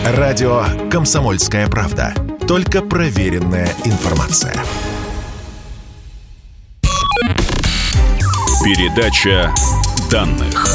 Радио «Комсомольская правда». Только проверенная информация. Передача данных.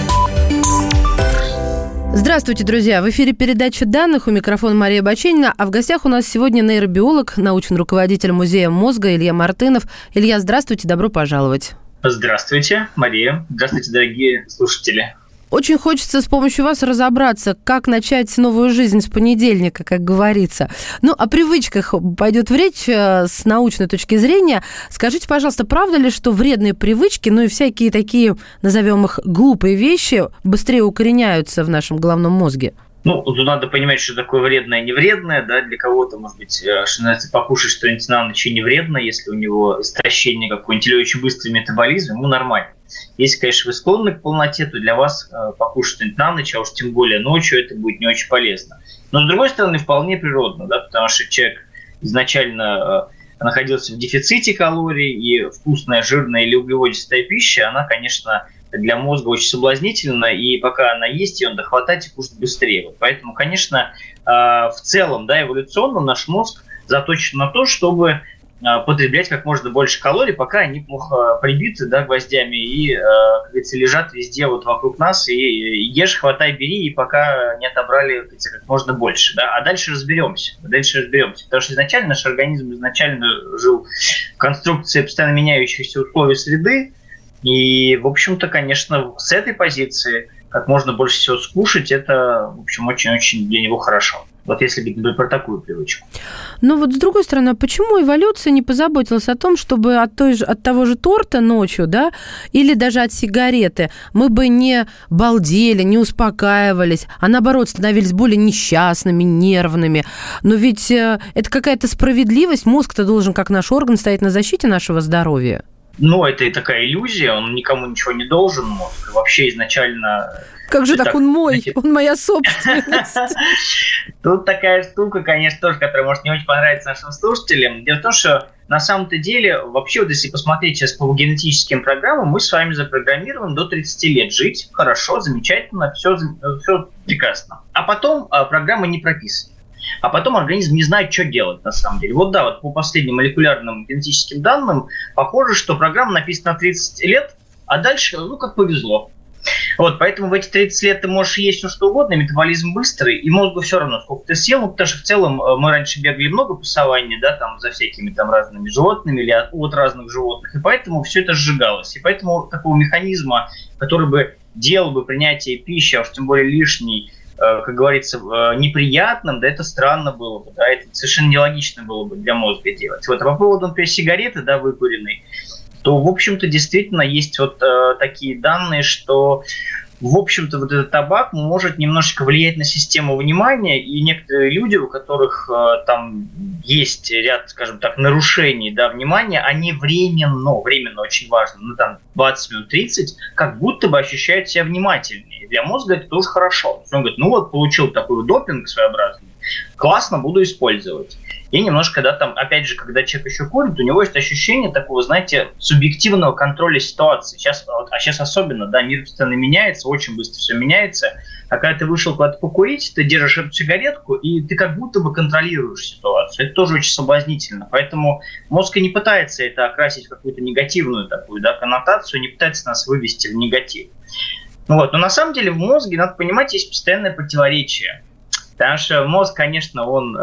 Здравствуйте, друзья! В эфире передача данных, у микрофона Мария Баченина, а в гостях у нас сегодня нейробиолог, научный руководитель Музея мозга Илья Мартынов. Илья, здравствуйте, добро пожаловать. Здравствуйте, Мария. Здравствуйте, дорогие слушатели. Очень хочется с помощью вас разобраться, как начать новую жизнь с понедельника, как говорится. Ну, о привычках пойдет речь с научной точки зрения. Скажите, пожалуйста, правда ли, что вредные привычки, ну и всякие такие, назовем их, глупые вещи, быстрее укореняются в нашем головном мозге? Ну, тут надо понимать, что такое вредное и невредное, да, для кого-то, может быть, что называется, покушать что-нибудь на ночь и не вредно, если у него истощение какое-нибудь или очень быстрый метаболизм, ему нормально. Если, конечно, вы склонны к полноте, то для вас покушать что-нибудь на ночь, а уж тем более ночью, это будет не очень полезно. Но, с другой стороны, вполне природно, да, потому что человек изначально находился в дефиците калорий, и вкусная, жирная или углеводистая пища, она, конечно, для мозга очень соблазнительна, и пока она есть, ее надо хватать и кушать быстрее. Вот поэтому, конечно, в целом, да, эволюционно наш мозг заточен на то, чтобы потреблять как можно больше калорий, пока они плохо прибиты, да, гвоздями и, как говорится, лежат везде вот вокруг нас, и ешь, хватай, бери, и пока не отобрали, как можно больше. Да. А дальше разберемся, потому что изначально наш организм жил в конструкции постоянно меняющихся условий среды, и, в общем-то, конечно, с этой позиции как можно больше всего скушать, это, в общем, очень-очень для него хорошо. Вот если говорить про такую привычку. Но вот с другой стороны, почему эволюция не позаботилась о том, чтобы от того же торта ночью, да, или даже от сигареты мы бы не балдели, не успокаивались, а наоборот становились более несчастными, нервными. Но ведь это какая-то справедливость. Мозг-то должен, как наш орган, стоять на защите нашего здоровья. Ну, это и такая иллюзия, он никому ничего не должен, мозг. Вообще изначально... Как же так, он мой, он моя собственность. Тут такая штука, конечно, тоже, которая может не очень понравиться нашим слушателям. Дело в том, что на самом-то деле, вообще, вот если посмотреть сейчас по генетическим программам, мы с вами запрограммированы до 30 лет жить хорошо, замечательно, все прекрасно. А потом программа не прописана. А потом организм не знает, что делать на самом деле. Вот да, вот по последним молекулярным генетическим данным похоже, что программа написана на 30 лет, а дальше, ну, как повезло. Вот, поэтому в эти 30 лет ты можешь есть все что угодно, метаболизм быстрый, и мозгу все равно, сколько ты съел, ну, потому что в целом мы раньше бегали много по саванне, да, там, за всякими там разными животными или от разных животных, и поэтому все это сжигалось. И поэтому такого механизма, который бы делал бы принятие пищи, а уж тем более лишний, как говорится, неприятным, да, это странно было бы, да, это совершенно нелогично было бы для мозга делать. Вот, а по поводу, например, сигареты, да, выкуренной, то, в общем-то, действительно есть вот такие данные, что, в общем-то, вот этот табак может немножечко влиять на систему внимания, и некоторые люди, у которых там есть ряд, скажем так, нарушений, да, внимания, они временно очень важно, ну, там, 20 минут 30, как будто бы ощущают себя внимательнее. И для мозга это тоже хорошо. Он говорит, ну вот, получил такой допинг своеобразный, классно, буду использовать. И немножко, да, там, опять же, когда человек еще курит, у него есть ощущение такого, знаете, субъективного контроля ситуации. Сейчас особенно, да, мир постоянно меняется, очень быстро все меняется. А когда ты вышел куда-то покурить, ты держишь эту сигаретку, и ты как будто бы контролируешь ситуацию. Это тоже очень соблазнительно. Поэтому мозг и не пытается это окрасить в какую-то негативную такую, да, коннотацию, не пытается нас вывести в негатив. Вот. Но на самом деле в мозге, надо понимать, есть постоянное противоречие. Потому что мозг, конечно, он,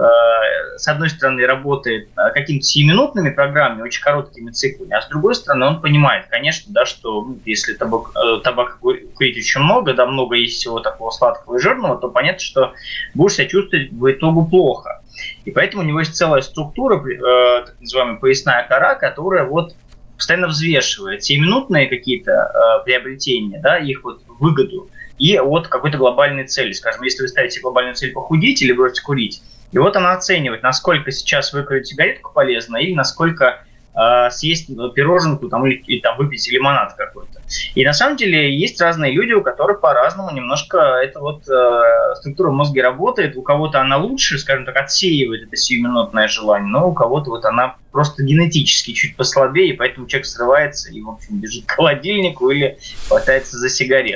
с одной стороны, работает какими-то сиюминутными программами, очень короткими циклами, а с другой стороны, он понимает, конечно, да, что если табака курить очень много, да, много есть всего такого сладкого и жирного, то понятно, что будешь себя чувствовать в итоге плохо. И поэтому у него есть целая структура, так называемая поясная кора, которая вот постоянно взвешивает сиюминутные какие-то приобретения, да, их вот выгоду, и от какой-то глобальной цели. Скажем, если вы ставите глобальную цель похудеть или бросить курить, и вот она оценивает, насколько сейчас выкурить сигаретку полезно или насколько съесть пироженку там, или там, выпить лимонад какой-то. И на самом деле есть разные люди, у которых по-разному немножко эта вот структура мозга работает. У кого-то она лучше, скажем так, отсеивает это сиюминутное желание, но у кого-то вот она просто генетически чуть послабее, и поэтому человек срывается и, в общем, бежит к холодильнику или хватается за сигарет.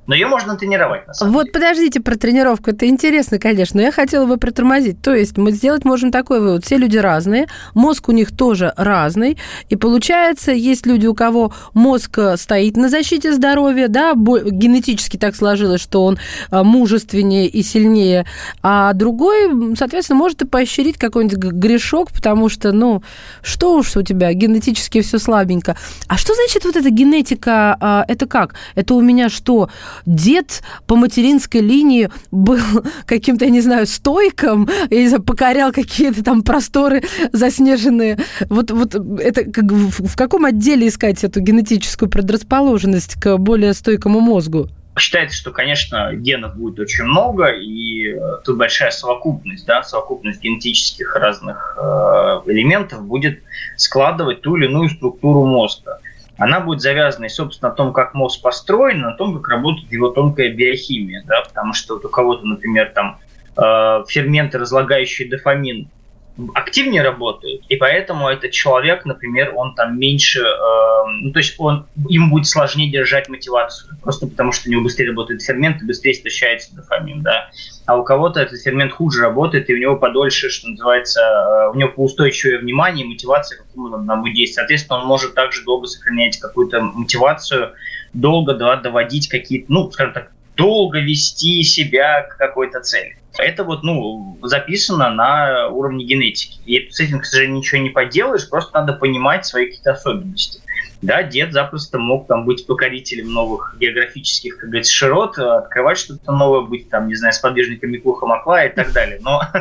Но ее можно тренировать, на самом деле. Вот подождите про тренировку, это интересно, конечно, но я хотела бы притормозить. То есть мы сделать можем такой вывод, все люди разные, мозг у них тоже разный, и получается, есть люди, у кого мозг стоит на защите здоровья, да, генетически так сложилось, что он мужественнее и сильнее, а другой, соответственно, может и поощрить какой-нибудь грешок, потому что, ну, что уж у тебя, генетически все слабенько. А что значит вот эта генетика, это как? Это у меня что, дед по материнской линии был каким-то, я не знаю, стойком, я не знаю, покорял какие-то там просторы заснеженные. Вот это в каком отделе искать эту генетическую предрасположенность к более стойкому мозгу? Считается, что, конечно, генов будет очень много, и тут большая совокупность, да, совокупность генетических разных элементов будет складывать ту или иную структуру мозга. Она будет завязана, собственно, на том, как мозг построен, на том, как работает его тонкая биохимия, да, потому что вот у кого-то, например, там ферменты, разлагающие дофамин, активнее работают, и поэтому этот человек, например, он там меньше, то есть ему будет сложнее держать мотивацию, просто потому что у него быстрее работает фермент и быстрее истощается дофамин, да. А у кого-то этот фермент хуже работает, и у него подольше, что называется, у него поустойчивее внимание, мотивация к какому-то одному действию. Соответственно, он может также долго сохранять какую-то мотивацию, долго, да, доводить какие-то, скажем так, долго вести себя к какой-то цели. Это вот, записано на уровне генетики. И с этим, к сожалению, ничего не поделаешь, просто надо понимать свои какие-то особенности. Да, дед запросто мог там быть покорителем новых географических, как говорится, широт, открывать что-то новое, быть там, не знаю, сподвижником Миклуха-Макла и так далее.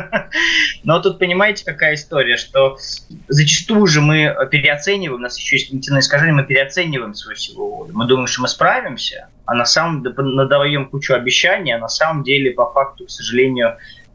Но тут понимаете, какая история, что зачастую же мы переоцениваем, у нас еще есть когнитивное искажение, мы переоцениваем свою силу воли. Мы думаем, что мы справимся, а на самом деле надаем кучу обещаний, а на самом деле, по факту, к сожалению,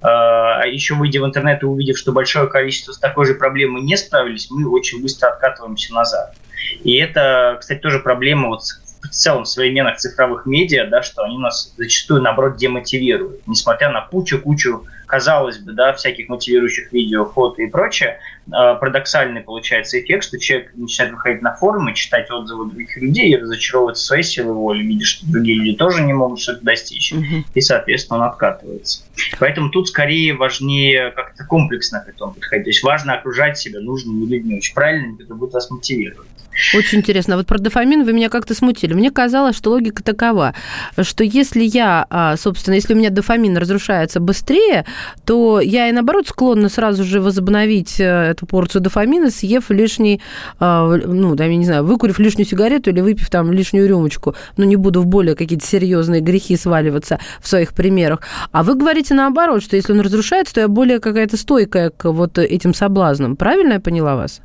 еще выйдя в интернет и увидев, что большое количество с такой же проблемой не справились, мы очень быстро откатываемся назад. И это, кстати, тоже проблема вот в целом современных цифровых медиа, да, что они нас зачастую, наоборот, демотивируют. Несмотря на кучу, казалось бы, да, всяких мотивирующих видео, фото и прочее, парадоксальный получается эффект, что человек начинает выходить на форумы, читать отзывы других людей и разочаровываться своей силой воли, видя, что другие люди тоже не могут что-то достичь, и, соответственно, он откатывается. Поэтому тут скорее важнее как-то комплексно к этому подходить. То есть важно окружать себя нужными людьми, очень правильными, которые будут вас мотивировать. Очень интересно. А вот про дофамин вы меня как-то смутили. Мне казалось, что логика такова, что если если у меня дофамин разрушается быстрее, то я и наоборот склонна сразу же возобновить эту порцию дофамина, съев лишний, выкурив лишнюю сигарету или выпив там лишнюю рюмочку. Не буду в более какие-то серьезные грехи сваливаться в своих примерах. А вы говорите наоборот, что если он разрушается, то я более какая-то стойкая к вот этим соблазнам. Правильно я поняла вас?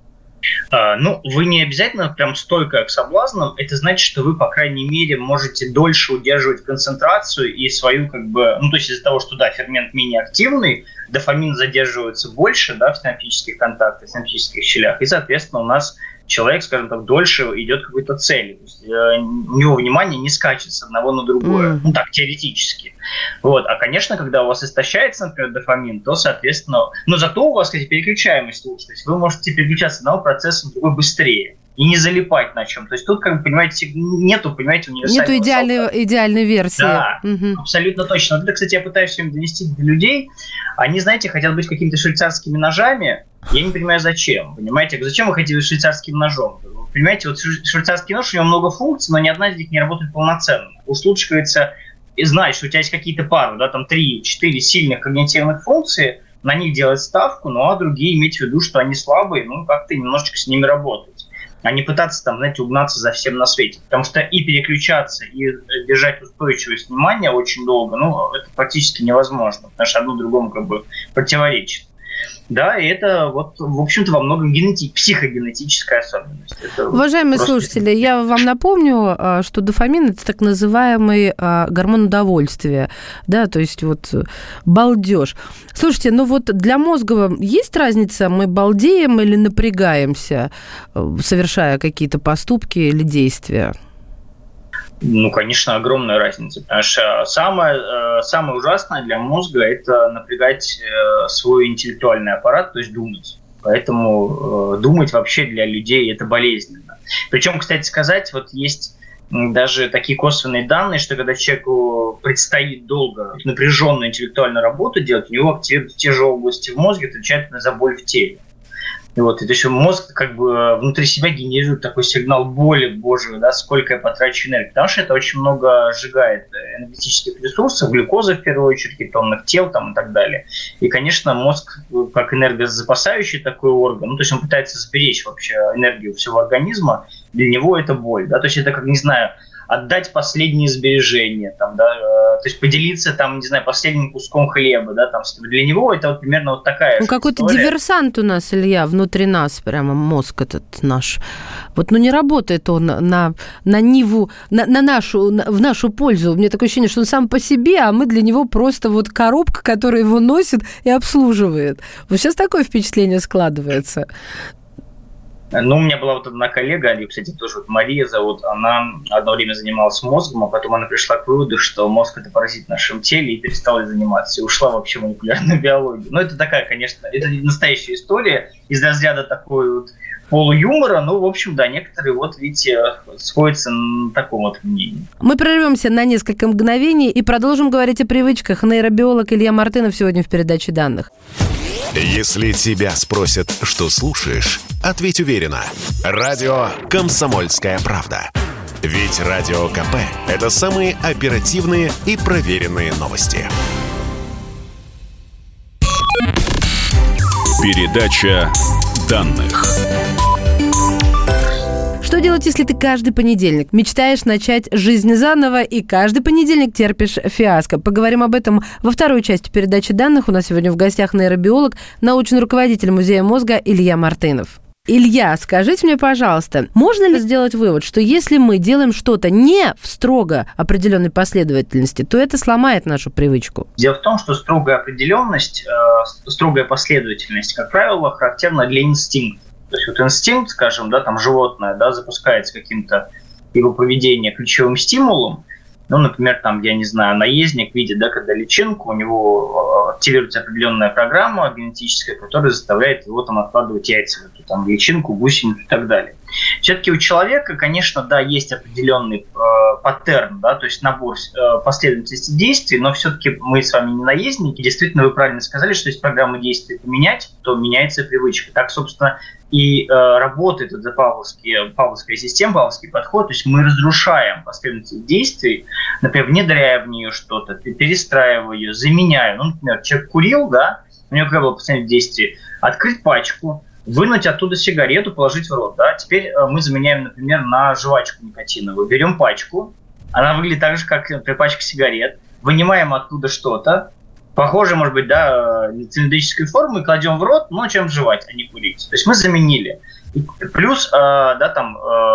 Вы не обязательно прям стойкая к соблазнам. Это значит, что вы, по крайней мере, можете дольше удерживать концентрацию и свою, то есть из-за того, что, да, фермент менее активный, дофамин задерживается больше, да, в синаптических контактах, в синаптических щелях, и, соответственно, у нас человек, скажем так, дольше идет к какой-то цели. То есть, у него внимание не скачет с одного на другое. Теоретически. Вот. А, конечно, когда у вас истощается, например, дофамин, то, соответственно... Но зато у вас, кстати, переключаемость лучше. То есть вы можете переключаться с одного процесса на другой быстрее и не залипать на чем. То есть тут, нету универсального идеальной версии. Да, абсолютно точно. Вот это, кстати, я пытаюсь всем донести до людей. Они, знаете, хотят быть какими-то швейцарскими ножами. Я не понимаю, зачем. Понимаете, зачем вы хотите быть швейцарским ножом? Понимаете, вот швейцарский нож, у него много функций, но ни одна из них не работает полноценно. Уж лучше, говорится, знать, что у тебя есть какие-то пары, да, там 3-4 сильных когнитивных функции, на них делать ставку, а другие иметь в виду, что они слабые, как-то немножечко с ними работать. А не пытаться там, угнаться за всем на свете. Потому что и переключаться, и держать устойчивость внимания очень долго, это практически невозможно, потому что одно другому противоречит. Да, и это в общем-то, во многом психогенетическая особенность. Уважаемые слушатели, я вам напомню, что дофамин – это так называемый гормон удовольствия, да, то есть балдеж. Слушайте, для мозга есть разница, мы балдеем или напрягаемся, совершая какие-то поступки или действия? Конечно, огромная разница, потому что самое ужасное для мозга – это напрягать свой интеллектуальный аппарат, то есть думать. Поэтому думать вообще для людей – это болезненно. Причем, кстати сказать, есть даже такие косвенные данные, что когда человеку предстоит долго напряженную интеллектуальную работу делать, у него активируются те же области в мозге, отвечают за боль в теле. И то есть мозг как бы внутри себя генерирует такой сигнал боли, боже, да, сколько я потрачу энергии, потому что это очень много сжигает энергетических ресурсов, глюкозы в первую очередь, кетонных тел там, и так далее. И, конечно, мозг как энергозапасающий такой орган, то есть он пытается сберечь вообще энергию всего организма, для него это боль, да, то есть это как, не знаю, отдать последние сбережения, там, да, то есть поделиться, там, не знаю, последним куском хлеба, да, там, для него это примерно такая же какой-то история. Диверсант у нас, Илья, внутри нас, прямо мозг этот наш. Не работает он на ниву, в нашу пользу. У меня такое ощущение, что он сам по себе, а мы для него просто коробка, которая его носит и обслуживает. Сейчас такое впечатление складывается. У меня была одна коллега, ее, кстати, тоже Мария зовут, она одно время занималась мозгом, а потом она пришла к выводу, что мозг – это паразит в нашем теле, и перестала заниматься, и ушла вообще в молекулярную биологию. Это такая, конечно, это не настоящая история, из разряда такой полуюмора, в общем, да, некоторые, видите, сходятся на таком мнении. Мы прервемся на несколько мгновений и продолжим говорить о привычках. Нейробиолог Илья Мартынов сегодня в передаче данных. Если тебя спросят, что слушаешь, ответь уверенно. Радио «Комсомольская правда». Ведь Радио КП – это самые оперативные и проверенные новости. Передача данных. Что делать, если ты каждый понедельник мечтаешь начать жизнь заново и каждый понедельник терпишь фиаско? Поговорим об этом во второй части передачи данных. У нас сегодня в гостях нейробиолог, научный руководитель Музея мозга Илья Мартынов. Илья, скажите мне, пожалуйста, можно ли сделать вывод, что если мы делаем что-то не в строго определенной последовательности, то это сломает нашу привычку? Дело в том, что строгая определенность, строгая последовательность, как правило, характерна для инстинкта. То есть инстинкт, скажем, да, там животное, да, запускается каким-то его поведение ключевым стимулом. Например, там, я не знаю, наездник видит, да, когда личинку, у него активируется определенная программа генетическая, которая заставляет его там откладывать яйца в эту там личинку, гусеницу и так далее. Все-таки у человека, конечно, да, есть определенный паттерн, да, то есть набор последовательности действий, но все-таки мы с вами не наездники. Действительно, вы правильно сказали, что если программу действий поменять, то меняется привычка. Так, собственно, и работает эта павловская система, павловский подход. То есть мы разрушаем последовательность действий, например, внедряя в нее что-то, перестраивая ее, заменяя. Например, человек курил, да, у него какое было последнее действие? Открыть пачку, вынуть оттуда сигарету, положить в рот. Да? Теперь мы заменяем, например, на жвачку никотиновую. Берем пачку, она выглядит так же, как, например, пачка сигарет, вынимаем оттуда что-то, похожее, может быть, да, цилиндрической формы, кладем в рот, чем жевать, а не курить. То есть мы заменили. И плюс, да, там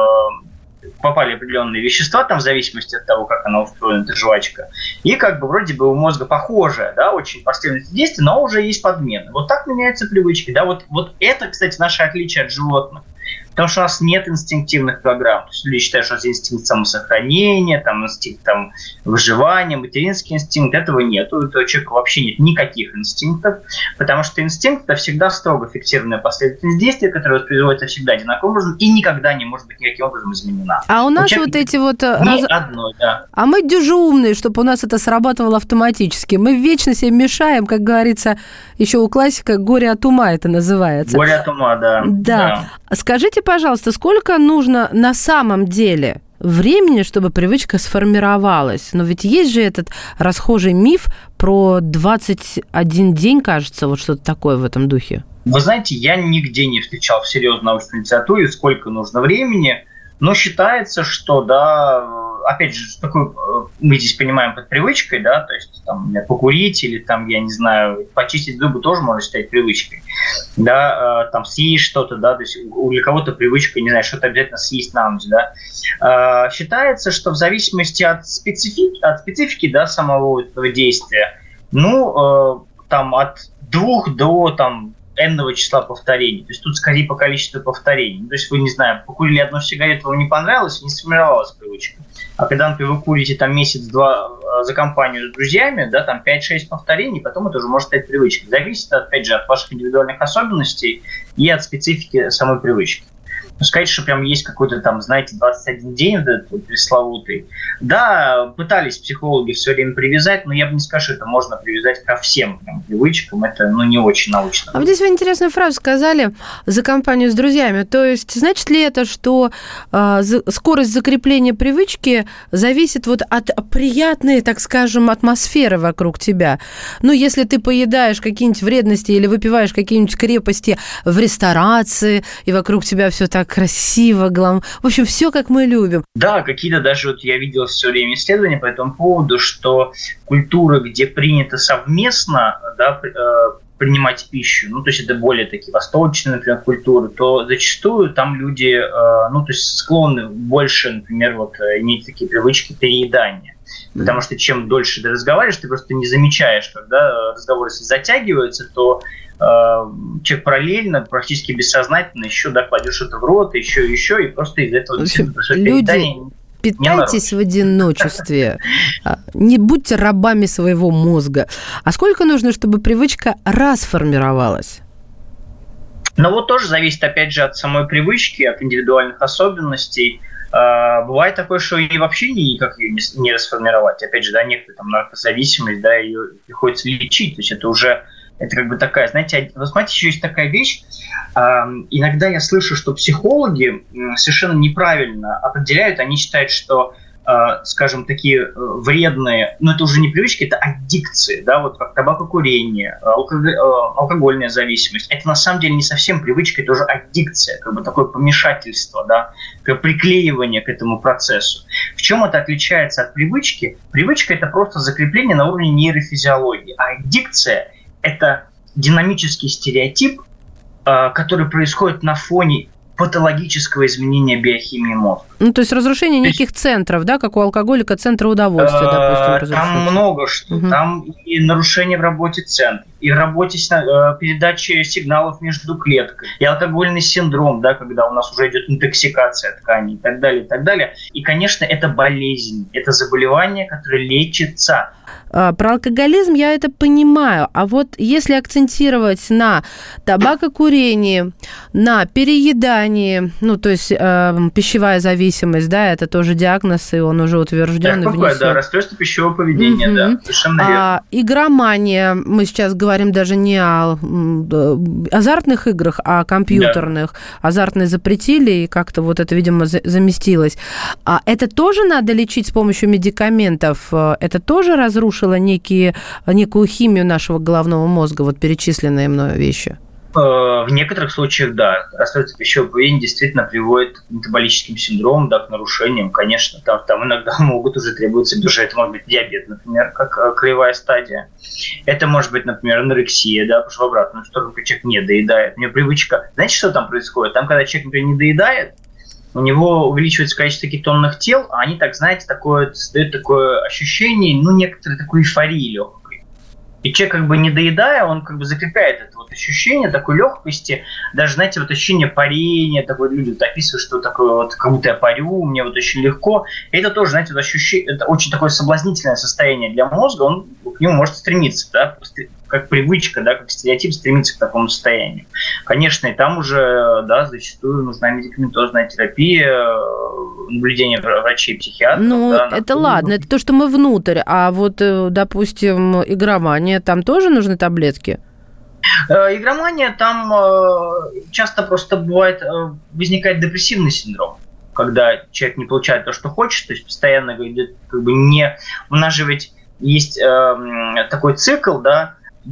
попали определенные вещества, там в зависимости от того, как она устроена, эта жвачка. И как бы вроде бы у мозга похожая, да, очень последовательность действий, но уже есть подмены. Вот так меняются привычки. Да, вот это, кстати, наше отличие от животных. Потому что у нас нет инстинктивных программ. То есть люди считают, что это инстинкт самосохранения, там, инстинкт там, выживания, материнский инстинкт. Этого нет. У этого человека вообще нет никаких инстинктов. Потому что инстинкт – это всегда строго фиксированная последовательность действий, которая воспроизводится всегда одинаковым образом и никогда не может быть никаким образом изменена. А у нас вот эти вот... одной, да. А мы дюжеумные, чтобы у нас это срабатывало автоматически. Мы вечно себе мешаем, как говорится, еще у классика «горе от ума» это называется. Горе от ума, да. Да. Скажите, пожалуйста, сколько нужно на самом деле времени, чтобы привычка сформировалась? Но ведь есть же этот расхожий миф про 21 день, кажется, вот что-то такое в этом духе. Вы знаете, я нигде не встречал в серьезной научной литературе, сколько нужно времени, но считается, что, да, опять же, что такое мы здесь понимаем под привычкой, да, то есть там покурить или там, я не знаю, почистить зубы тоже можно считать привычкой, да, там съесть что-то, да, то есть для кого-то привычка, не знаю, что-то обязательно съесть на ночь, да. Считается, что в зависимости от специфики, да, самого этого действия, там от 2 до там n-ного числа повторений. То есть тут скорее по количеству повторений. То есть вы, не знаю, покурили одну сигарету, вам не понравилось, не сформировалась привычка. А когда, например, вы курите там месяц-два за компанию с друзьями, да, там 5-6 повторений, потом это уже может стать привычкой. Зависит, опять же, от ваших индивидуальных особенностей и от специфики самой привычки. сказать, что прям есть какой-то там, знаете, 21 день этот пресловутый. Да, пытались психологи все время привязать, но я бы не сказал, что это можно привязать ко всем прям привычкам. Это, не очень научно. А вот здесь вы интересную фразу сказали за компанию с друзьями. То есть, значит ли это, что скорость закрепления привычки зависит вот от приятной, так скажем, атмосферы вокруг тебя? Ну, если ты поедаешь какие-нибудь вредности или выпиваешь какие-нибудь крепости в ресторации, и вокруг тебя все так красиво, в общем, все как мы любим. Да, какие-то даже вот я видел все время исследования по этому поводу, что культуры, где принято совместно, да, принимать пищу, то есть это более такие восточные, например, культуры, то зачастую там люди, то есть склонны больше, например, вот иметь такие привычки переедания. Потому что чем дольше ты разговариваешь, ты просто не замечаешь, когда разговор если затягивается, то человек параллельно, практически бессознательно еще кладет что-то в рот, еще, и просто из этого люди, питайтесь в одиночестве, не будьте рабами своего мозга. А сколько нужно, чтобы привычка расформировалась? Вот тоже зависит, опять же, от самой привычки, от индивидуальных особенностей. Бывает такое, что и вообще никак ее не расформировать. Опять же, некоторые там наркозависимость, ее приходится лечить, то есть это как бы такая, знаете, вы смотрите, еще есть такая вещь. Иногда я слышу, что психологи совершенно неправильно определяют, они считают, что, скажем, такие вредные, это уже не привычки, это аддикции, да, вот как табакокурение, алкогольная зависимость. Это на самом деле не совсем привычка, это уже аддикция, как бы такое помешательство, да, приклеивание к этому процессу. В чем это отличается от привычки? Привычка – это просто закрепление на уровне нейрофизиологии, а аддикция – это динамический стереотип, который происходит на фоне патологического изменения биохимии мозга. То есть разрушение неких центров, да, как у алкоголика, центра удовольствия, допустим, разрушается. Там много что. Угу. Там и нарушение в работе центров, и в работе передачи сигналов между клетками, и алкогольный синдром, да, когда у нас уже идет интоксикация тканей и так далее, и так далее. И, конечно, это болезнь, это заболевание, которое лечится. Про алкоголизм я это понимаю. А вот если акцентировать на табакокурении, на переедании, то есть пищевая зависимость, да, это тоже диагноз, и он уже утвержден. Да, расстройство пищевого поведения, да, совершенно верно. Игромания, мы сейчас говорим даже не о азартных играх, а о компьютерных. Да. Азартные запретили, и как-то вот это, видимо, заместилось. А это тоже надо лечить с помощью медикаментов? Это тоже разрушило некую химию нашего головного мозга, вот перечисленные мною вещи? В некоторых случаях, да. Расстройство пищевого поведения действительно приводит к метаболическим синдромам, да, к нарушениям. Конечно, там иногда могут уже требоваться бюджеты. Это может быть диабет, например, как краевая стадия. Это может быть, например, анорексия, да, потому что в обратную сторону человек не доедает. У него привычка. Знаете, что там происходит? Там, когда человек, например, не доедает, у него увеличивается количество кетонных тел, а они, так знаете, создают такое ощущение, некоторой такой эйфории легкой. И человек, как бы не доедая, он как бы закрепляет это вот ощущение такой легкости, даже, знаете, вот ощущение парения, такое люди описывают, что такое вот, как будто я парю, мне вот очень легко. И это тоже, знаете, вот ощущение, это очень такое соблазнительное состояние для мозга, он к нему может стремиться, да, как привычка, да, как стереотип стремиться к такому состоянию. Конечно, и там уже, да, зачастую нужна медикаментозная терапия, наблюдение врачей, психиатров. Это ладно, это то, что мы внутрь, а вот, допустим, игромания, там тоже нужны таблетки? Игромания, там часто просто возникает депрессивный синдром, когда человек не получает то, что хочет, то есть постоянно как бы не... У нас же ведь есть такой цикл, да,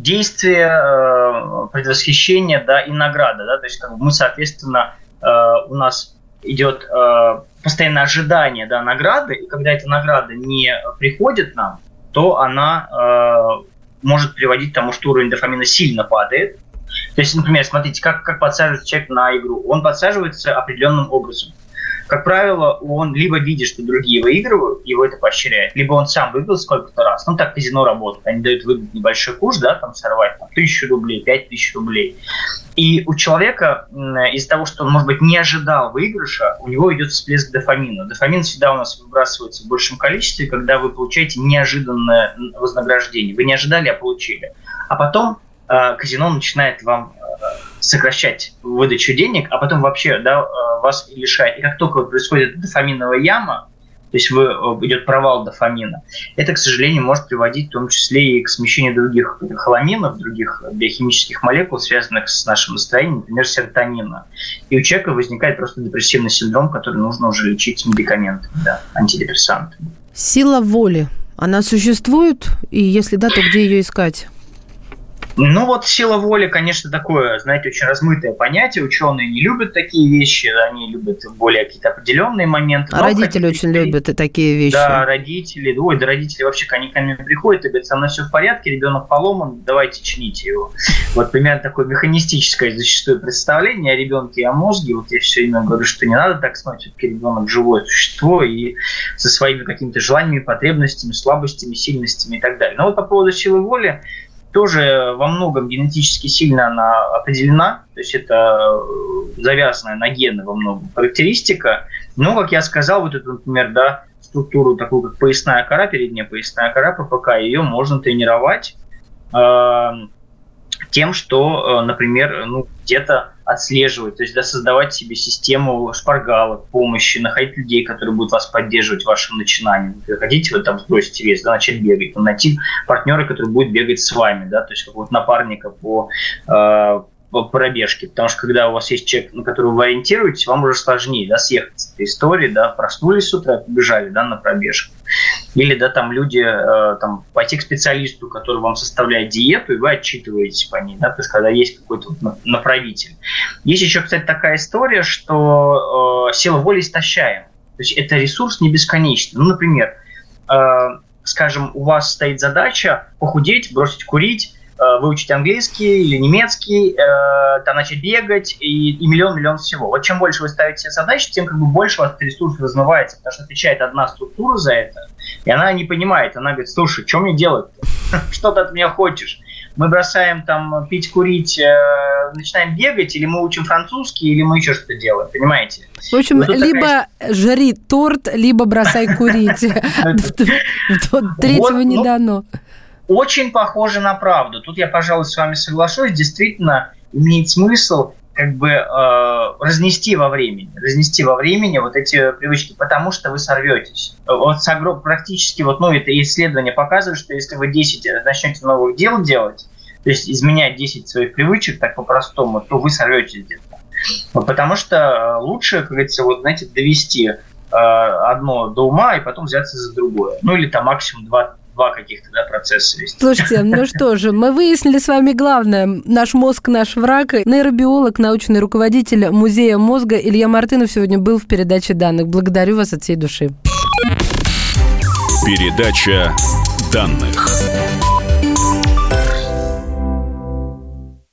действие, предвосхищение, да, и награда, да, то есть как бы мы, соответственно, у нас идет постоянное ожидание, да, награды, и когда эта награда не приходит нам, то она может приводить к тому, что уровень дофамина сильно падает. То есть, например, смотрите, как подсаживается человек на игру. Он подсаживается определенным образом. Как правило, он либо видит, что другие выигрывают, его это поощряет, либо он сам выиграл сколько-то раз. Так казино работает. Они дают выиграть небольшой курс, да, там сорвать 1000 рублей, 5000 рублей. И у человека из-за того, что он, может быть, не ожидал выигрыша, у него идет всплеск дофамина. Дофамин всегда у нас выбрасывается в большем количестве, когда вы получаете неожиданное вознаграждение. Вы не ожидали, а получили. А потом казино начинает вам сокращать выдачу денег, а потом вообще, да, вас лишает. И как только происходит дофаминовая яма, то есть идет провал дофамина, это, к сожалению, может приводить в том числе и к смещению других холаминов, других биохимических молекул, связанных с нашим настроением, например, серотонина. И у человека возникает просто депрессивный синдром, который нужно уже лечить медикаментами, антидепрессантами. Сила воли, она существует? И если да, то где ее искать? Сила воли, конечно, такое, знаете, очень размытое понятие. Ученые не любят такие вещи, они любят более какие-то определенные моменты. Родители очень любят такие вещи. Да, родители. Родители вообще, они ко мне приходят и говорят, со мной все в порядке, ребенок поломан, давайте чините его. Примерно такое механистическое зачастую представление о ребенке и о мозге. Я все время говорю, что не надо так смотреть, все-таки ребенок живое существо и со своими какими-то желаниями, потребностями, слабостями, сильностями и так далее. Но по поводу силы воли, тоже во многом генетически сильно она определена, то есть это завязанная на гены во многом характеристика. Но, как я сказал, эту, например, структуру такую, как поясная кора, передняя поясная кора ППК, ее можно тренировать тем, что, например, где-то отслеживать, то есть создавать себе систему шпаргалок, помощи, находить людей, которые будут вас поддерживать в вашем начинании. Вы хотите, вы сбросить вес, начать бегать, найти партнера, который будет бегать с вами, то есть какого-то напарника по пробежке, потому что когда у вас есть человек, на которого вы ориентируетесь, вам уже сложнее, съехать с этой истории, проснулись с утра, побежали, на пробежку. Или, люди, пойти к специалисту, который вам составляет диету, и вы отчитываетесь по ней, то есть когда есть какой-то направитель. Есть еще, кстати, такая история, что сила воли истощаема. То есть это ресурс не бесконечный. Например, скажем, у вас стоит задача похудеть, бросить курить, выучить английский или немецкий, начать бегать и миллион всего. Чем больше вы ставите себе задачи, тем больше у вас ресурс размывается, потому что отвечает одна структура за это, и она не понимает. Она говорит, слушай, что мне делать-то? Что ты от меня хочешь? Мы бросаем пить, курить, начинаем бегать, или мы учим французский, или мы еще что-то делаем, понимаете? В общем, либо жри торт, либо бросай курить. Третьего не дано. Очень похоже на правду. Тут я, пожалуй, с вами соглашусь. Действительно, имеет смысл разнести во времени эти привычки, потому что вы сорветесь. Практически, это исследование показывает, что если вы 10 начнете новых дел делать, то есть изменять 10 своих привычек так по-простому, то вы сорветесь где-то. Потому что лучше, как говорится, довести одно до ума и потом взяться за другое. Или максимум два каких-то процесса вести. Слушайте, что же, мы выяснили с вами главное. Наш мозг, наш враг. Нейробиолог, научный руководитель Музея мозга Илья Мартынов сегодня был в передаче данных. Благодарю вас от всей души. Передача данных.